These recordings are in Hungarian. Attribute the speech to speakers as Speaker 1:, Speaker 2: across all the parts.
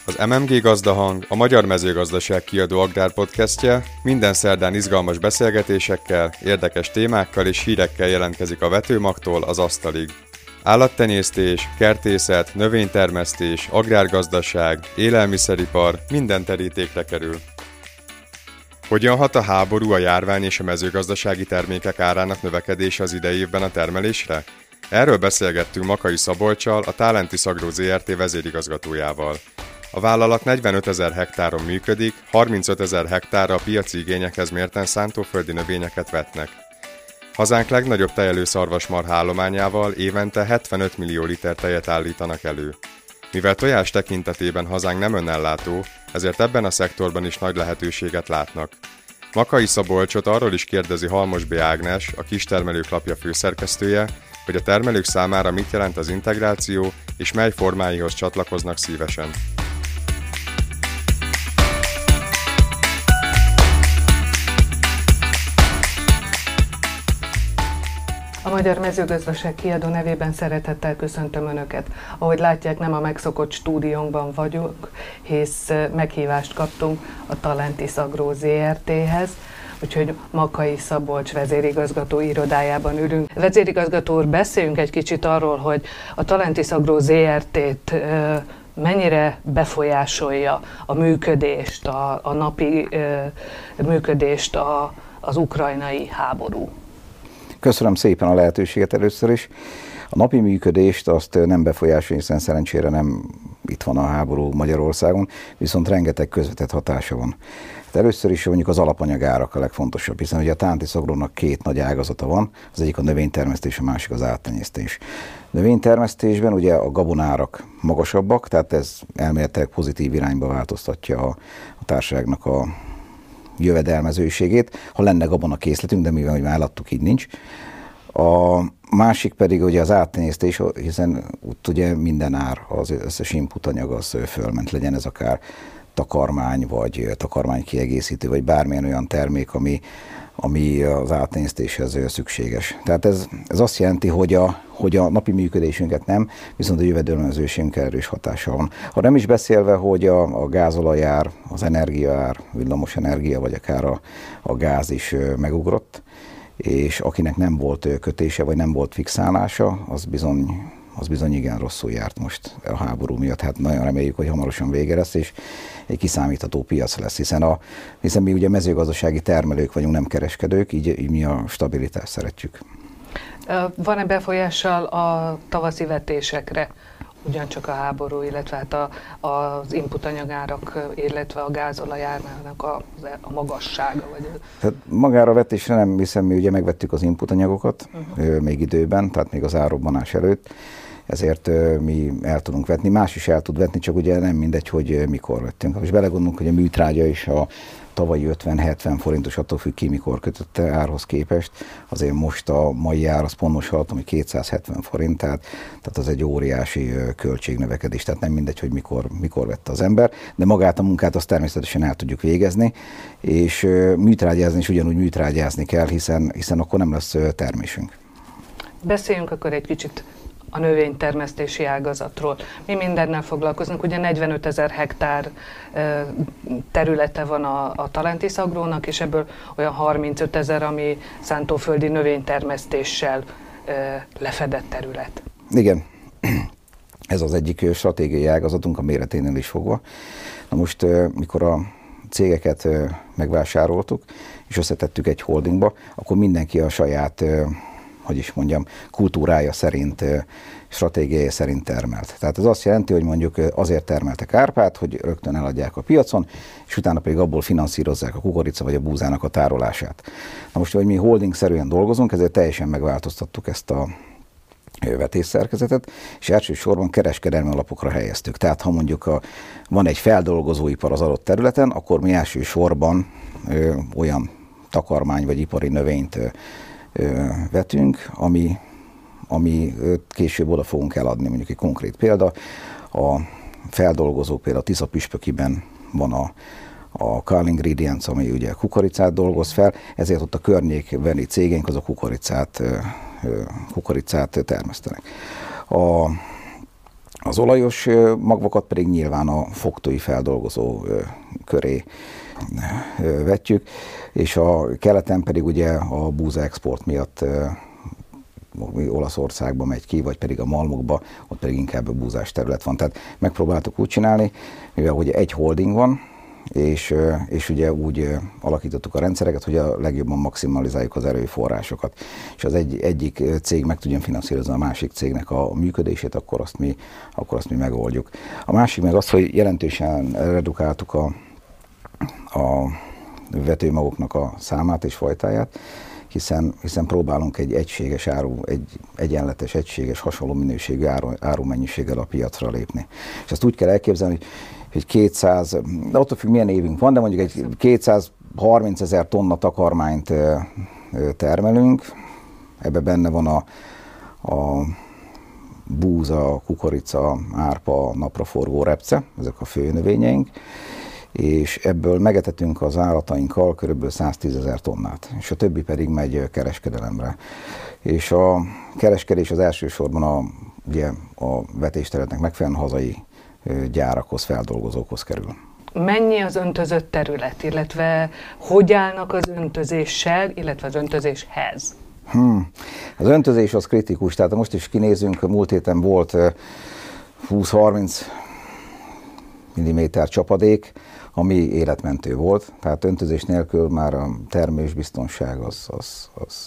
Speaker 1: Az MMG Gazdahang, a Magyar Mezőgazdaság Kiadó agrárpodcastje minden szerdán izgalmas beszélgetésekkel, érdekes témákkal és hírekkel jelentkezik a vetőmagtól az asztalig. Állattenyésztés, kertészet, növénytermesztés, agrárgazdaság, élelmiszeripar minden terítékre kerül. Hogyan hat a háború, a járvány és a mezőgazdasági termékek árának növekedése az idei évben a termelésre? Erről beszélgettünk Makay Szabolccsal, a Talentis Agro Zrt. Vezérigazgatójával. A vállalat 45 000 hektáron működik, 35 000 hektárra a piaci igényekhez mérten szántóföldi növényeket vetnek. Hazánk legnagyobb tejelő szarvasmarha állományával évente 75 millió liter tejet állítanak elő. Mivel tojás tekintetében hazánk nem önellátó, ezért ebben a szektorban is nagy lehetőséget látnak. Makay Szabolcsot arról is kérdezi Halmos B. Ágnes, a Kistermelők lapja főszerkesztője, hogy a termelők számára mit jelent az integráció, és mely formáihoz csatlakoznak szívesen.
Speaker 2: A Magyar Mezőgazdaság Kiadó nevében szeretettel köszöntöm Önöket. Ahogy látják, nem a megszokott stúdiónkban vagyunk, hisz meghívást kaptunk a Talentis Agro Zrt.-hez, úgyhogy Makay Szabolcs vezérigazgató irodájában ülünk. Vezérigazgató úr, beszéljünk egy kicsit arról, hogy a Talentis Agro Zrt.-t mennyire befolyásolja a működést, a napi működést az ukrajnai háború.
Speaker 3: Köszönöm szépen a lehetőséget először is. A napi működést azt nem befolyásolja, hiszen szerencsére nem itt van a háború Magyarországon, viszont rengeteg közvetett hatása van. Hát először is mondjuk az alapanyagárak a legfontosabb, hiszen ugye a Talentis Agrónak két nagy ágazata van, az egyik a növénytermesztés, a másik az állattenyésztés. A növénytermesztésben ugye a gabonárak magasabbak, tehát ez elméletileg pozitív irányba változtatja a társaságnak a jövedelmezőségét, ha lenne gabonakészletünk, de mivel hogy már láttuk, így nincs. A másik pedig ugye az áttenyésztés, hiszen ott ugye minden ár, az összes input anyag az fölment, legyen ez akár takarmány, vagy takarmánykiegészítő, vagy bármilyen olyan termék, ami az áttenyésztéshez szükséges. Tehát ez azt jelenti, hogy a napi működésünket nem, viszont a jövedelmezőségünkre erős hatása van. Ha nem is beszélve, hogy a gázolajár, az energiaár, villamos energia, vagy akár a gáz is megugrott, és akinek nem volt kötése, vagy nem volt fixálása, az bizony igen rosszul járt most a háború miatt. Hát nagyon reméljük, hogy hamarosan vége lesz, és egy kiszámítható piac lesz, hiszen mi ugye mezőgazdasági termelők vagyunk, nem kereskedők, így mi a stabilitást szeretjük.
Speaker 2: Van-e befolyással a tavaszi vetésekre? Ugyancsak a háború, illetve hát az inputanyagárak, illetve a gázolajárnak a magassága?
Speaker 3: Tehát magára a vetésre nem, hiszen mi ugye megvettük az inputanyagokat még időben, tehát még az árrobbanás előtt, ezért mi el tudunk vetni. Más is el tud vetni, csak ugye nem mindegy, hogy mikor vettünk. És belegondolunk, hogy a műtrágya is a tavalyi 50-70 forintos, attól függ ki, mikor kötötte árhoz képest. Azért most a mai ár, az pont most hallottam, hogy 270 forint, tehát az egy óriási költségnövekedés, tehát nem mindegy, hogy mikor vette az ember, de magát a munkát azt természetesen el tudjuk végezni, és műtrágyázni is ugyanúgy műtrágyázni kell, hiszen akkor nem lesz termésünk.
Speaker 2: Beszéljünk akkor egy kicsit a növénytermesztési ágazatról. Mi mindennel foglalkozunk, ugye 45 000 hektár területe van a Talentis Agrónak, és ebből olyan 35 000, ami szántóföldi növénytermesztéssel lefedett terület.
Speaker 3: Igen, ez az egyik stratégiai ágazatunk a méreténél is fogva. Na most, mikor a cégeket megvásároltuk, és összetettük egy holdingba, akkor mindenki a saját kultúrája szerint, stratégiája szerint termelt. Tehát ez azt jelenti, hogy mondjuk azért termeltek árpát, hogy rögtön eladják a piacon, és utána pedig abból finanszírozzák a kukorica vagy a búzának a tárolását. Na most, hogy mi holding-szerűen dolgozunk, ezért teljesen megváltoztattuk ezt a vetésszerkezetet, és elsősorban kereskedelmi alapokra helyeztük. Tehát ha mondjuk van egy feldolgozóipar az adott területen, akkor mi elsősorban olyan takarmány vagy ipari növényt vetünk, ami később oda fogunk eladni. Mondjuk egy konkrét példa, a feldolgozó például a Tisza püspökiben van a Carl Ingredients, ami ugye kukoricát dolgoz fel, ezért ott a környékbeli cégeink azok kukoricát termesztenek. Az olajos magvakat pedig nyilván a fogtói feldolgozó köré vetjük, és a keleten pedig ugye a búza export miatt Olaszországba megy ki, vagy pedig a malmokba, ott pedig inkább a búzás terület van. Tehát megpróbáltuk úgy csinálni, mivel ugye egy holding van, és ugye úgy alakítottuk a rendszereket, hogy a legjobban maximalizáljuk az erőforrásokat. És az egyik cég meg tudjon finanszírozni a másik cégnek a működését, akkor azt mi megoldjuk. A másik meg az, hogy jelentősen redukáltuk a vetőmagoknak a számát és fajtáját, hiszen próbálunk egy egységes egyenletes, egységes, hasonló minőségű árumennyiséggel a piacra lépni. És ezt úgy kell elképzelni, hogy 200, de attól függ, milyen évünk van, de mondjuk egy 230 000 tonna takarmányt termelünk, ebben benne van a búza, kukorica, árpa, napraforgó, repce, ezek a fő növényeink, és ebből megetetünk az állatainkkal kb. 110 000 tonnát, és a többi pedig megy kereskedelemre. És a kereskedés az elsősorban ugye a vetésterületnek megfelelően hazai gyárakhoz, feldolgozókhoz kerül.
Speaker 2: Mennyi az öntözött terület, illetve hogy állnak az öntözéssel, illetve az öntözéshez?
Speaker 3: Az öntözés az kritikus, tehát most is kinézünk, múlt héten volt 20-30 mm csapadék, ami életmentő volt, tehát öntözés nélkül már a termésbiztonság az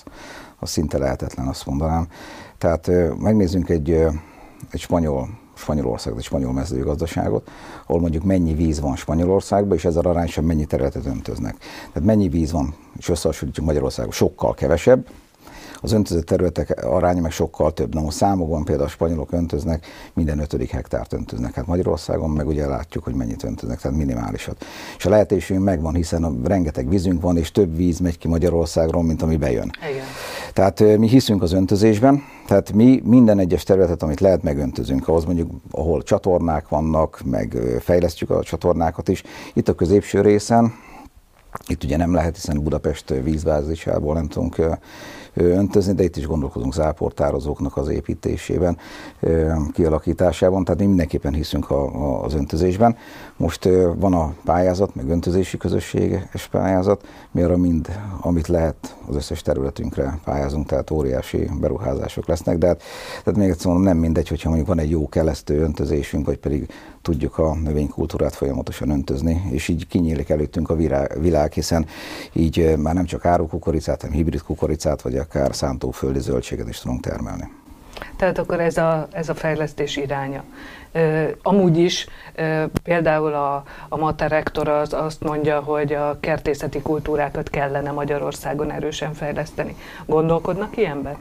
Speaker 3: szinte lehetetlen, azt mondanám. Tehát megnézzünk egy Spanyolországot, egy spanyol mezőgazdaságot, ahol mondjuk mennyi víz van Spanyolországban, és ezzel arányosan mennyi területet öntöznek. Tehát mennyi víz van, és összehasonlítjuk Magyarországon, sokkal kevesebb, az öntözött területek aránya meg sokkal több. Na most számokban például a spanyolok öntöznek, minden 5. hektárt öntöznek. Hát Magyarországon meg ugye látjuk, hogy mennyit öntöznek, tehát minimálisat. És a lehetőségünk megvan, hiszen rengeteg vízünk van, és több víz megy ki Magyarországról, mint ami bejön.
Speaker 2: Igen.
Speaker 3: Tehát mi hiszünk az öntözésben, tehát mi minden egyes területet, amit lehet, megöntözünk. Ahhoz mondjuk, ahol csatornák vannak, meg fejlesztjük a csatornákat is. Itt a középső részen, itt ugye nem lehet, hiszen Budapest vízbázisából nem tudunk öntözni, de itt is gondolkozunk záportározóknak az építésében, kialakításában, tehát mi mindenképpen hiszünk az öntözésben. Most van a pályázat, meg öntözési közösséges pályázat, mi arra mind, amit lehet, az összes területünkre pályázunk, tehát óriási beruházások lesznek, de tehát még egyszer mondom, nem mindegy, hogyha mondjuk van egy jó kelesztő öntözésünk, vagy pedig tudjuk a növénykultúrát folyamatosan öntözni, és így kinyílik előttünk a világ, hiszen így már nem csak árukukoricát, hanem hibrid kukoricát, vagy akár szántóföldi zöldséget is tudunk termelni.
Speaker 2: Tehát akkor ez a fejlesztés iránya. Amúgy is például a Mater rektor azt mondja, hogy a kertészeti kultúrákat kellene Magyarországon erősen fejleszteni. Gondolkodnak ilyenben?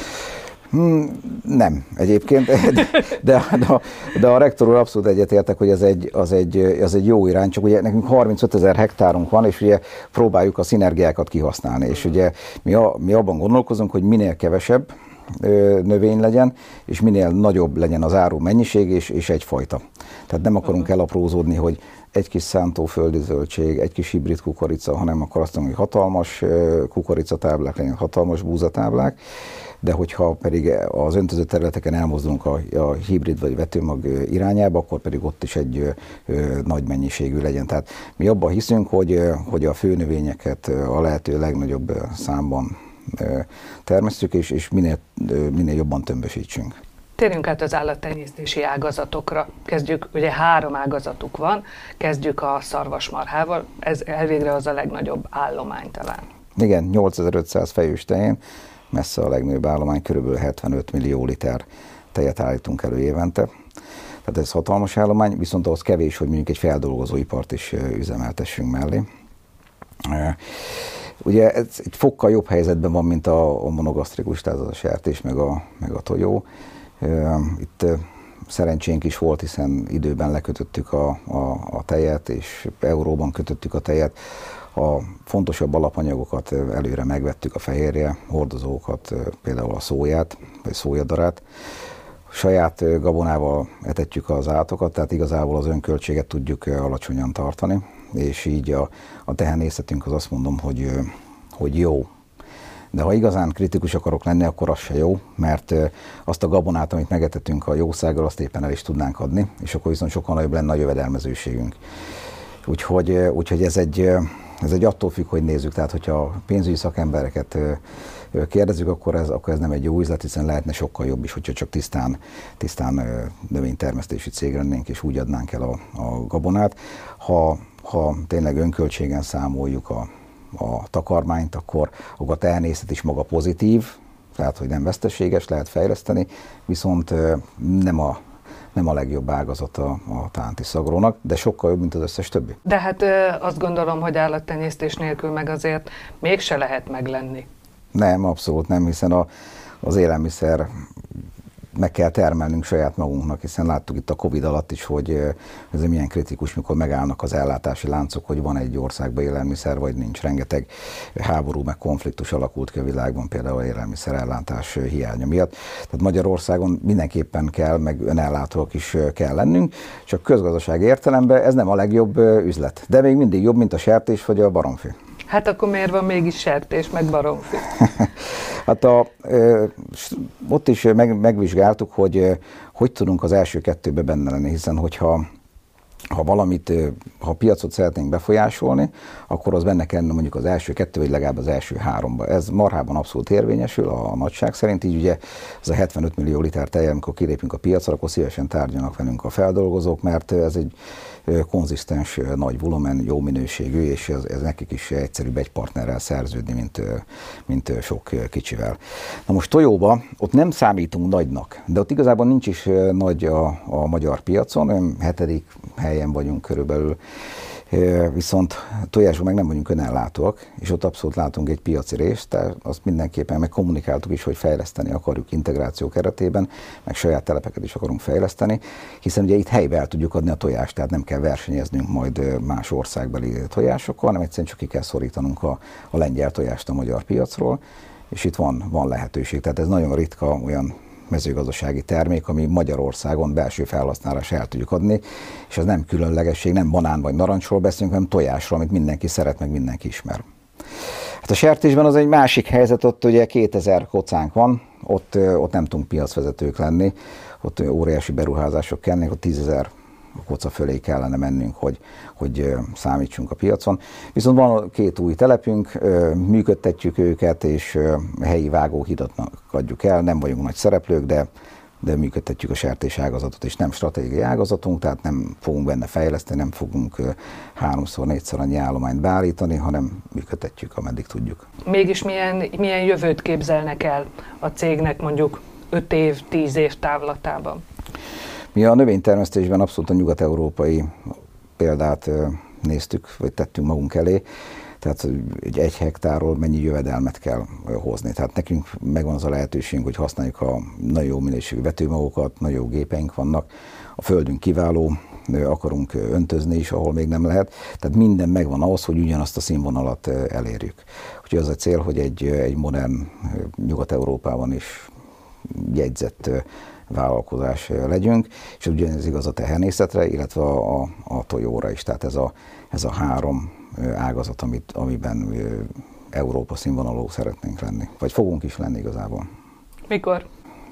Speaker 3: Nem, egyébként, de a rektor úr abszolút egyetértek, hogy az egy jó irány, csak ugye nekünk 35 000 hektárunk van, és ugye próbáljuk a szinergiákat kihasználni, és ugye mi abban gondolkozunk, hogy minél kevesebb növény legyen, és minél nagyobb legyen az áru mennyiség, és egyfajta. Tehát nem akarunk elaprózódni, hogy egy kis szántóföldi zöldség, egy kis hibrid kukorica, hanem akkor azt mondom, hogy hatalmas kukoricatáblák legyen, hatalmas búzatáblák, de hogyha pedig az öntözött területeken elmozdulunk a hibrid vagy vetőmag irányába, akkor pedig ott is egy nagy mennyiségű legyen. Tehát mi abban hiszünk, hogy a főnövényeket a lehető legnagyobb számban termesztjük, és minél jobban tömbösítsünk.
Speaker 2: Térjünk át az állattenyésztési ágazatokra. Kezdjük, ugye 3 ágazatuk van, kezdjük a szarvasmarhával, ez elvégre az a legnagyobb állomány talán.
Speaker 3: Igen, 8500 fejős tején, messze a legnagyobb állomány, körülbelül 75 millió liter tejet állítunk elő évente. Tehát ez hatalmas állomány, viszont ahhoz kevés, hogy mondjuk egy feldolgozóipart is üzemeltessünk mellé. Ugye ez egy fokkal jobb helyzetben van, mint a monogasztrikus, tehát az a sertés, meg a tojó. Itt szerencsénk is volt, hiszen időben lekötöttük a tejet, és euróban kötöttük a tejet. A fontosabb alapanyagokat előre megvettük, a fehérje hordozókat, például a szóját, vagy szójadarát. Saját gabonával etetjük az állatokat, tehát igazából az önköltséget tudjuk alacsonyan tartani, és így a tehenészetünk az azt mondom, hogy jó. De ha igazán kritikus akarok lenni, akkor az se jó, mert azt a gabonát, amit megetetünk a jószággal, azt éppen el is tudnánk adni, és akkor viszont sokkal nagyobb lenne a jövedelmezőségünk. Úgyhogy ez egy attól függ, hogy nézzük. Tehát, hogyha pénzügyi szakembereket kérdezzük, akkor ez nem egy jó üzlet, hiszen lehetne sokkal jobb is, hogyha csak tisztán növénytermesztési cég lennénk, és úgy adnánk el a gabonát. Ha tényleg önköltségen számoljuk a takarmányt, akkor a természet is maga pozitív, tehát, hogy nem veszteséges, lehet fejleszteni, viszont nem a legjobb ágazat a Talentis Agrónak, de sokkal jobb, mint az összes többi.
Speaker 2: De hát azt gondolom, hogy állattenyésztés nélkül meg azért mégse lehet meglenni.
Speaker 3: Nem, abszolút nem, hiszen az élelmiszer meg kell termelnünk saját magunknak, hiszen láttuk itt a Covid alatt is, hogy ez milyen kritikus, mikor megállnak az ellátási láncok, hogy van egy országban élelmiszer, vagy nincs. Rengeteg háború meg konfliktus alakult ki a világban, például élelmiszerellátás hiánya miatt. Tehát Magyarországon mindenképpen kell, meg önellátóak is kell lennünk, csak közgazdasági értelemben ez nem a legjobb üzlet. De még mindig jobb, mint a sertés vagy a baromfi.
Speaker 2: Hát akkor miért van mégis sertés, meg baromfi?
Speaker 3: Hát ott is megvizsgáltuk, hogy tudunk az első kettőbe benne lenni, hiszen hogyha ha piacot szeretnénk befolyásolni, akkor az benne kellene mondjuk az első kettő, vagy legalább az első háromba. Ez marhában abszolút érvényesül a nagyság szerint, így ugye ez a 75 millió liter tej, amikor kilépünk a piacra, akkor szívesen tárgyalnak velünk a feldolgozók, mert ez egy konzisztens, nagy volumen, jó minőségű, és ez nekik is egyszerűbb egy partnerrel szerződni, mint sok kicsivel. Na most tojóba, ott nem számítunk nagynak, de ott igazából nincs is nagy a magyar piacon, 7. helyen vagyunk körülbelül, viszont tojásban meg nem vagyunk önellátóak, és ott abszolút látunk egy piaci részt, tehát azt mindenképpen meg kommunikáltuk is, hogy fejleszteni akarjuk integráció keretében, meg saját telepeket is akarunk fejleszteni, hiszen ugye itt helybe el tudjuk adni a tojást, tehát nem kell versenyeznünk majd más országbeli tojásokkal, hanem egyszerűen csak ki kell szorítanunk a lengyel tojást a magyar piacról, és itt van lehetőség. Tehát ez nagyon ritka olyan mezőgazdasági termék, ami Magyarországon belső felhasználásra el tudjuk adni, és ez nem különlegesség, nem banán vagy narancsról beszélünk, hanem tojásról, amit mindenki szeret, meg mindenki ismer. Hát a sertésben az egy másik helyzet, ott ugye 2000 kocánk van, ott nem tudunk piacvezetők lenni, ott óriási beruházások kellnek, ott 10 000 koca fölé kellene mennünk, hogy számítsunk a piacon. Viszont van 2 új telepünk, működtetjük őket, és helyi vágóhidatnak adjuk el, nem vagyunk nagy szereplők, de működtetjük a sertés ágazatot, és nem stratégiai ágazatunk, tehát nem fogunk benne fejleszteni, nem fogunk 3-4-szer annyi állományt beállítani, hanem működtetjük, ameddig tudjuk.
Speaker 2: Mégis milyen jövőt képzelnek el a cégnek mondjuk 5 év, 10 év távlatában?
Speaker 3: Mi a növénytermesztésben abszolút a nyugat-európai példát néztük, vagy tettünk magunk elé, tehát egy hektárról mennyi jövedelmet kell hozni. Tehát nekünk megvan az a lehetőségünk, hogy használjuk a nagyon jó minőségű vetőmagokat, nagyon jó gépeink vannak, a földünk kiváló, akarunk öntözni is, ahol még nem lehet. Tehát minden megvan ahhoz, hogy ugyanazt a színvonalat elérjük. Úgyhogy az a cél, hogy egy modern Nyugat-Európában is jegyzett vállalkozás legyünk, és ugyanez igaz a tehernészetre, illetve a tojóra is. Tehát ez a 3 ágazat, amiben Európa színvonalú szeretnénk lenni. Vagy fogunk is lenni igazából.
Speaker 2: Mikor?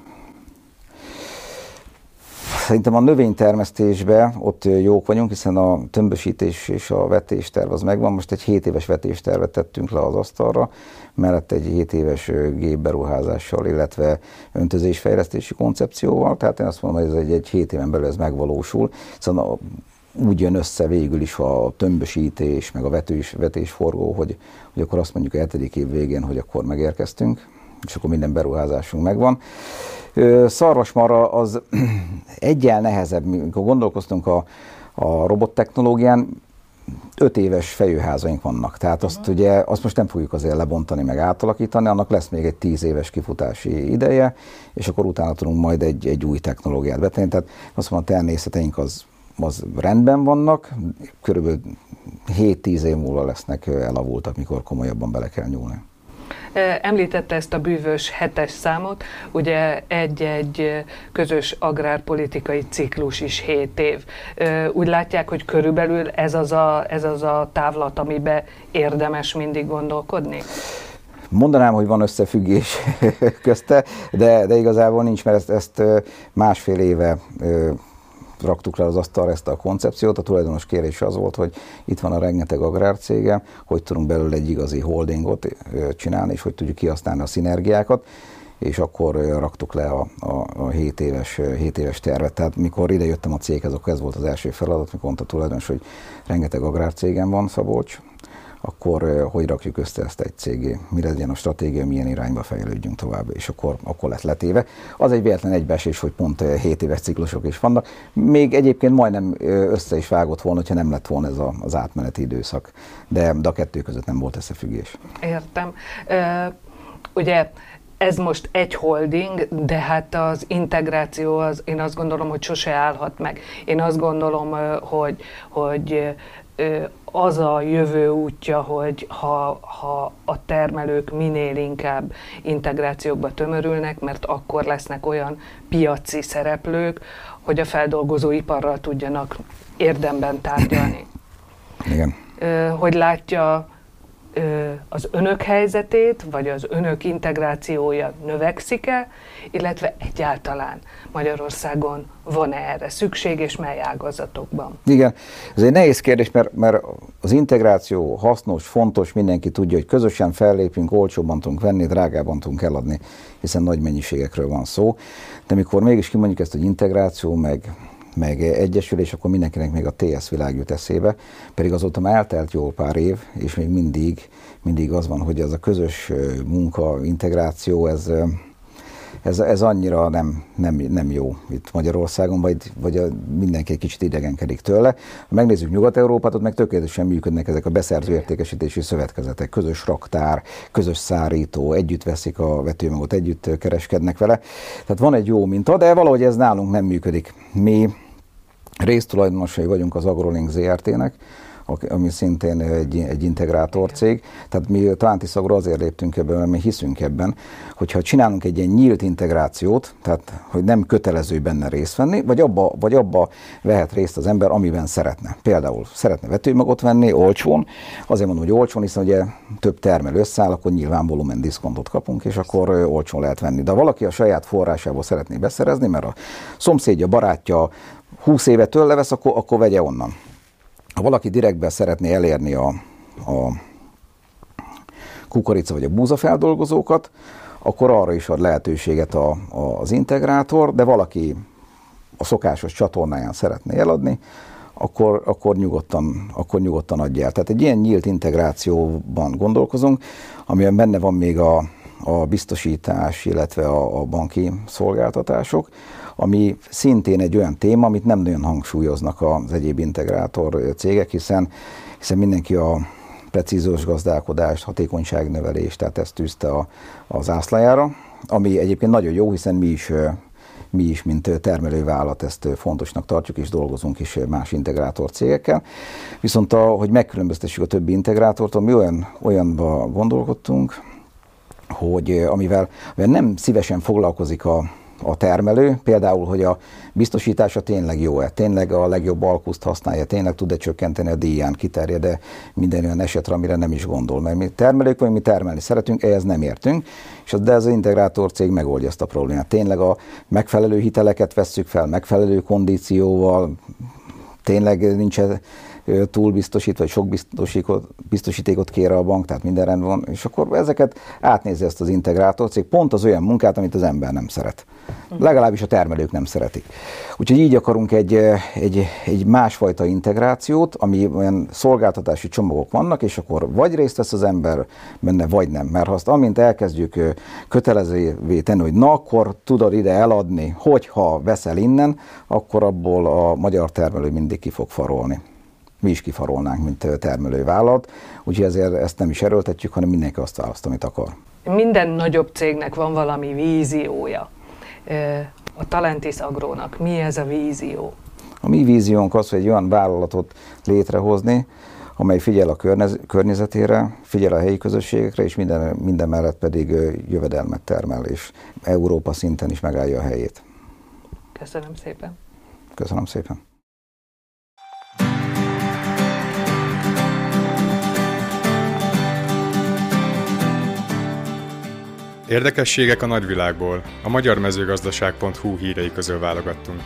Speaker 3: Szerintem a növénytermesztésben ott jók vagyunk, hiszen a tömbösítés és a vetésterv az megvan. Most egy 7 éves vetéstervet tettünk le az asztalra, mellett egy 7 éves gépberuházással, illetve öntözésfejlesztési koncepcióval. Tehát én azt mondom, hogy ez egy 7 éven belül ez megvalósul. Szóval úgy jön össze végül is a tömbösítés, meg a vetésforgó, hogy akkor azt mondjuk a 7. év végén, hogy akkor megérkeztünk, és akkor minden beruházásunk megvan. Szarvasmarha az eggyel nehezebb, amikor gondolkoztunk a robottechnológián, 5 éves fejőházaink vannak, tehát azt most nem fogjuk azért lebontani, meg átalakítani, annak lesz még egy 10 éves kifutási ideje, és akkor utána tudunk majd egy új technológiát betenni. Tehát azt mondom, a természeteink az rendben vannak, körülbelül 7-10 év múlva lesznek elavultak, mikor komolyabban bele kell nyúlni.
Speaker 2: Említette ezt a bűvös 7-es számot, ugye egy közös agrárpolitikai ciklus is 7 év. Úgy látják, hogy körülbelül ez az a távlat, amiben érdemes mindig gondolkodni?
Speaker 3: Mondanám, hogy van összefüggés közte, de igazából nincs, mert ezt másfél éve raktuk le az asztalra ezt a koncepciót. A tulajdonos kérése az volt, hogy itt van a rengeteg agrárcége, hogy tudunk belőle egy igazi holdingot csinálni, és hogy tudjuk kihasználni a szinergiákat, és akkor raktuk le a 7 éves tervet. Tehát mikor idejöttem a céghez, akkor ez volt az első feladat, mikor mondta a tulajdonos, hogy rengeteg agrárcégem van, Szabolcs, akkor hogy rakjuk össze ezt egy cégé, mi legyen a stratégia, milyen irányba fejlődjünk tovább, és akkor lett letéve. Az egy véletlen egybeesés, hogy pont 7 éves ciklusok is vannak. Még egyébként majdnem össze is vágott volna, hogyha nem lett volna ez az átmeneti időszak, de a kettő között nem volt összefüggés.
Speaker 2: Értem. Ugye ez most egy holding, de hát az integráció, én azt gondolom, hogy sose állhat meg. Én azt gondolom, hogy az a jövő útja, hogy ha a termelők minél inkább integrációkba tömörülnek, mert akkor lesznek olyan piaci szereplők, hogy a feldolgozóiparral tudjanak érdemben tárgyalni.
Speaker 3: Igen.
Speaker 2: Hogy látja az önök helyzetét, vagy az önök integrációja növekszik-e, illetve egyáltalán Magyarországon van-e erre szükség, és mely ágazatokban?
Speaker 3: Igen, ez egy nehéz kérdés, mert az integráció hasznos, fontos, mindenki tudja, hogy közösen fellépünk, olcsóbban tudunk venni, drágában tudunk eladni, hiszen nagy mennyiségekről van szó. De mikor mégis kimondjuk ezt, hogy integráció, meg egyesülés, akkor mindenkinek még a TS világ jut eszébe, pedig azóta már eltelt jó pár év, és még mindig az van, hogy ez a közös munka, integráció, ez annyira nem jó itt Magyarországon, vagy mindenki egy kicsit idegenkedik tőle. Ha megnézzük Nyugat-Európát, ott meg tökéletesen működnek ezek a beszerző értékesítési szövetkezetek, közös raktár, közös szárító, együtt veszik a vetőmagot, együtt kereskednek vele. Tehát van egy jó minta, de valahogy ez nálunk nem működik. Mi résztulajdonosai vagyunk az AgroLink Zrt-nek, ami szintén egy integrátor cég. Tehát mi a Talentis Agro azért léptünk ebben, mert mi hiszünk ebben, hogyha csinálunk egy ilyen nyílt integrációt, tehát hogy nem kötelező benne részt venni, vagy abba vehet részt az ember, amiben szeretne. Például szeretne vetőmagot venni olcsón, azért mondom, hogy olcsón, hiszen ugye több termelő összeáll, akkor nyilván volumen diszkontot kapunk, és akkor olcsón lehet venni. De ha valaki a saját forrásából szeretné beszerezni, mert a szomszédja, barátja 20 éve tőle vesz, akkor vegye onnan. Ha valaki direktben szeretné elérni a kukorica vagy a búzafeldolgozókat, akkor arra is ad lehetőséget az integrátor, de valaki a szokásos csatornáján szeretné eladni, akkor nyugodtan adja el. Tehát egy ilyen nyílt integrációban gondolkozunk, amiben benne van még a biztosítás, illetve a banki szolgáltatások, ami szintén egy olyan téma, amit nem nagyon hangsúlyoznak az egyéb integrátor cégek, hiszen mindenki a precíziós gazdálkodást, hatékonyságnövelést, tehát ezt tűzte a zászlajára, ami egyébként nagyon jó, hiszen mi is, mint termelővállalat ezt fontosnak tartjuk, és dolgozunk is más integrátor cégekkel. Viszont hogy megkülönböztessük a többi integrátortól, mi olyanba gondolkodtunk, hogy amivel nem szívesen foglalkozik a termelő, például, hogy a biztosítása tényleg jó-e, tényleg a legjobb alkuszt használja, tényleg tud-e csökkenteni a díján, kiterjed-e minden olyan esetre, amire nem is gondol. Mert mi termelők vagyunk, mi termelni szeretünk, ehhez nem értünk, de ez az integrátor cég megoldja ezt a problémát. Tényleg a megfelelő hiteleket vesszük fel, megfelelő kondícióval, tényleg nincs túl biztosítva, vagy sok biztosítékot kér a bank, tehát minden rendben van, és akkor ezeket átnézi ezt az integrátor cég, pont az olyan munkát, amit az ember nem szeret. Legalábbis a termelők nem szeretik. Úgyhogy így akarunk egy másfajta integrációt, ami olyan szolgáltatási csomagok vannak, és akkor vagy részt vesz az ember benne, vagy nem. Mert ha azt amint elkezdjük kötelezővé tenni, hogy na, akkor tudod ide eladni, hogyha veszel innen, akkor abból a magyar termelő mindig ki fog farolni. Mi is kifarolnánk, mint termelővállalat, úgyhogy ezért ezt nem is erőltetjük, hanem mindenki azt választ, amit akar.
Speaker 2: Minden nagyobb cégnek van valami víziója. A Talentis Agrónak mi ez a vízió?
Speaker 3: A mi víziónk az, hogy egy olyan vállalatot létrehozni, amely figyel a környezetére, figyel a helyi közösségekre, és minden mellett pedig jövedelmet termel, és Európa szinten is megállja a helyét.
Speaker 2: Köszönöm szépen.
Speaker 3: Köszönöm szépen.
Speaker 1: Érdekességek a nagyvilágból. A magyarmezőgazdaság.hu hírei közül válogattunk.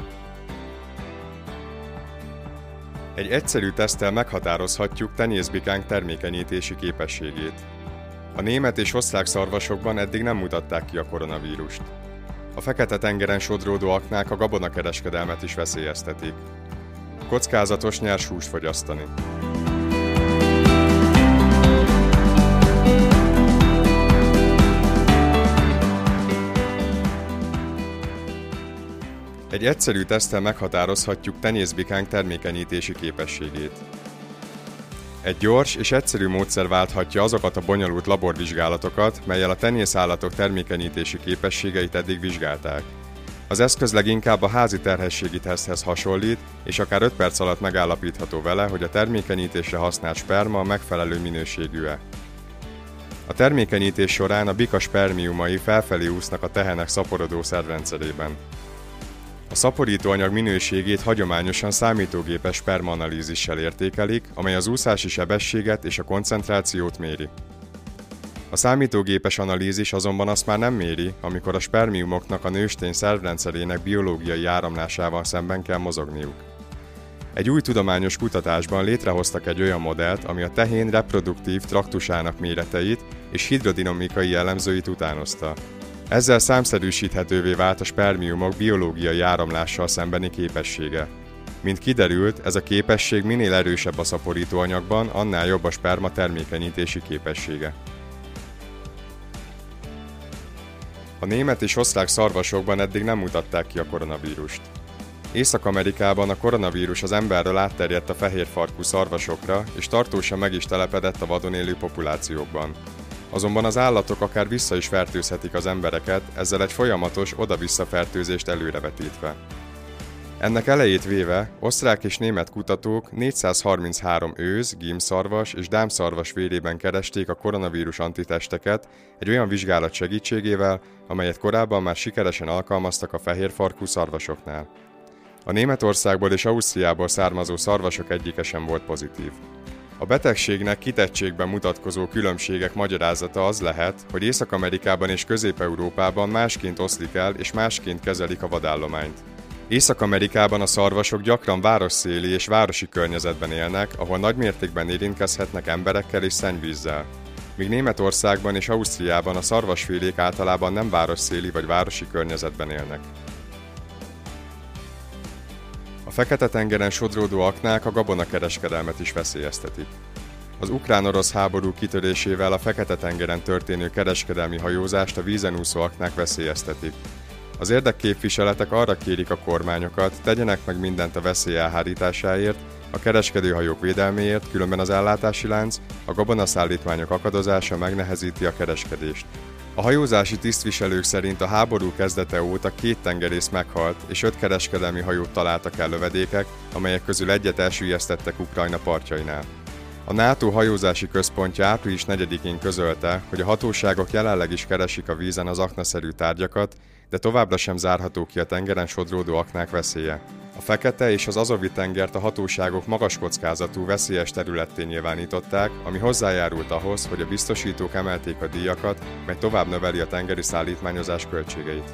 Speaker 1: Egy egyszerű teszttel meghatározhatjuk tenyészbikánk termékenyítési képességét. A német és osztrák szarvasokban eddig nem mutatták ki a koronavírust. A Fekete-tengeren sodródó aknák a gabonakereskedelmet is veszélyeztetik. Kockázatos nyers húst fogyasztani. Egy egyszerű teszttel meghatározhatjuk tenyészbikánk termékenyítési képességét. Egy gyors és egyszerű módszer válthatja azokat a bonyolult laborvizsgálatokat, mellyel a tenyészállatok termékenyítési képességeit eddig vizsgálták. Az eszköz leginkább a házi terhességi teszthez hasonlít, és akár 5 perc alatt megállapítható vele, hogy a termékenyítésre használt sperma megfelelő minőségű-e. A termékenyítés során a bika spermiumai felfelé úsznak a tehenek szaporodó szervrendszerében. A szaporítóanyag minőségét hagyományosan számítógépes spermaanalízissel értékelik, amely az úszási sebességet és a koncentrációt méri. A számítógépes analízis azonban azt már nem méri, amikor a spermiumoknak a nőstény szervrendszerének biológiai áramlásával szemben kell mozogniuk. Egy új tudományos kutatásban létrehoztak egy olyan modellt, ami a tehén reproduktív traktusának méreteit és hidrodinamikai jellemzőit utánozta. Ezzel számszerűsíthetővé vált a spermiumok biológiai áramlással szembeni képessége. Mint kiderült, ez a képesség minél erősebb a szaporítóanyagban, annál jobb a sperma termékenyítési képessége. A német és osztrák szarvasokban eddig nem mutatták ki a koronavírust. Észak-Amerikában a koronavírus az emberről átterjedt a fehérfarkú szarvasokra, és tartósan meg is telepedett a vadon élő populációkban. Azonban az állatok akár vissza is fertőzhetik az embereket, ezzel egy folyamatos oda-vissza fertőzést előrevetítve. Ennek elejét véve osztrák és német kutatók 433 őz, gímszarvas és dámszarvas vérében keresték a koronavírus antitesteket egy olyan vizsgálat segítségével, amelyet korábban már sikeresen alkalmaztak a fehérfarkú szarvasoknál. A Németországból és Ausztriából származó szarvasok egyike sem volt pozitív. A betegségnek kitettségben mutatkozó különbségek magyarázata az lehet, hogy Észak-Amerikában és Közép-Európában másként oszlik el és másként kezelik a vadállományt. Észak-Amerikában a szarvasok gyakran városszéli és városi környezetben élnek, ahol nagymértékben érintkezhetnek emberekkel és szennyvízzel. Míg Németországban és Ausztriában a szarvasfélék általában nem városszéli vagy városi környezetben élnek. A Fekete-tengeren sodródó aknák a gabonakereskedelmet is veszélyeztetik. Az ukrán-orosz háború kitörésével a Fekete-tengeren történő kereskedelmi hajózást a vízen úszó aknák veszélyeztetik. Az érdekképviseletek arra kérik a kormányokat, tegyenek meg mindent a veszély elhárításáért, a kereskedőhajók védelméért, különben az ellátási lánc, a gabonaszállítmányok akadozása megnehezíti a kereskedést. A hajózási tisztviselők szerint a háború kezdete óta 2 tengerész meghalt, és 5 kereskedelmi hajót találtak el lövedékek, amelyek közül egyet elsüllyesztettek Ukrajna partjainál. A NATO hajózási központja április 4-én közölte, hogy a hatóságok jelenleg is keresik a vízen az aknaszerű tárgyakat, de továbbra sem zárható ki a tengeren sodródó aknák veszélye. A Fekete és az Azovi-tengert a hatóságok magas kockázatú, veszélyes területté nyilvánították, ami hozzájárult ahhoz, hogy a biztosítók emelték a díjakat, mely tovább növeli a tengeri szállítmányozás költségeit.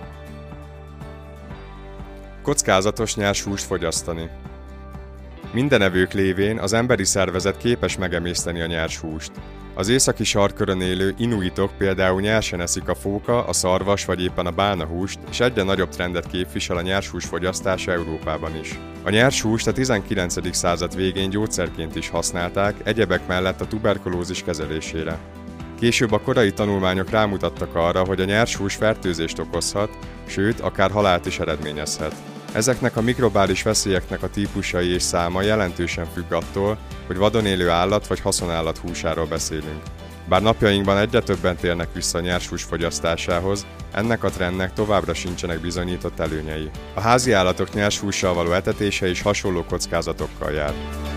Speaker 1: Kockázatos nyers húst fogyasztani. Minden evők lévén az emberi szervezet képes megemészteni a nyers húst. Az északi sarkkörön élő inuitok például nyersen eszik a fóka, a szarvas vagy éppen a bálnahúst, és egyre nagyobb trendet képvisel a nyershús fogyasztása Európában is. A nyershúst a 19. század végén gyógyszerként is használták, egyebek mellett a tuberkulózis kezelésére. Később a korai tanulmányok rámutattak arra, hogy a nyershús fertőzést okozhat, sőt, akár halált is eredményezhet. Ezeknek a mikrobális veszélyeknek a típusai és száma jelentősen függ attól, hogy vadon élő állat vagy haszonállat húsáról beszélünk. Bár napjainkban egyre többen térnek vissza a nyershús fogyasztásához, ennek a trendnek továbbra sincsenek bizonyított előnyei. A házi állatok nyershússal való etetése is hasonló kockázatokkal jár.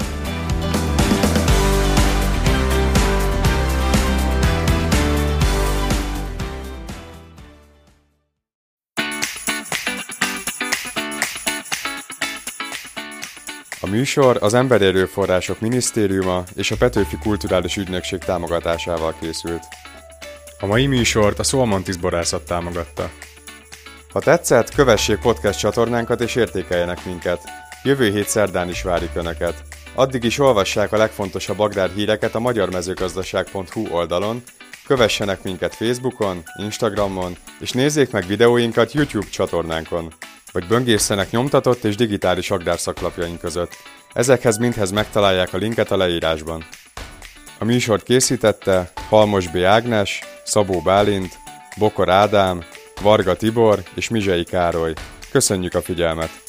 Speaker 1: A műsor az Emberi Erőforrások Minisztériuma és a Petőfi Kulturális Ügynökség támogatásával készült. A mai műsort a Szolmontis borászat támogatta. Ha tetszett, kövessék podcast csatornánkat és értékeljenek minket. Jövő hét szerdán is várjuk Önöket. Addig is olvassák a legfontosabb agrárhíreket a magyarmezőgazdaság.hu oldalon, kövessenek minket Facebookon, Instagramon, és nézzék meg videóinkat YouTube csatornánkon, vagy böngészenek nyomtatott és digitális agrárszaklapjaink között. Ezekhez mindhez megtalálják a linket a leírásban. A műsort készítette Halmos B. Ágnes, Szabó Bálint, Bokor Ádám, Varga Tibor és Mizsei Károly. Köszönjük a figyelmet!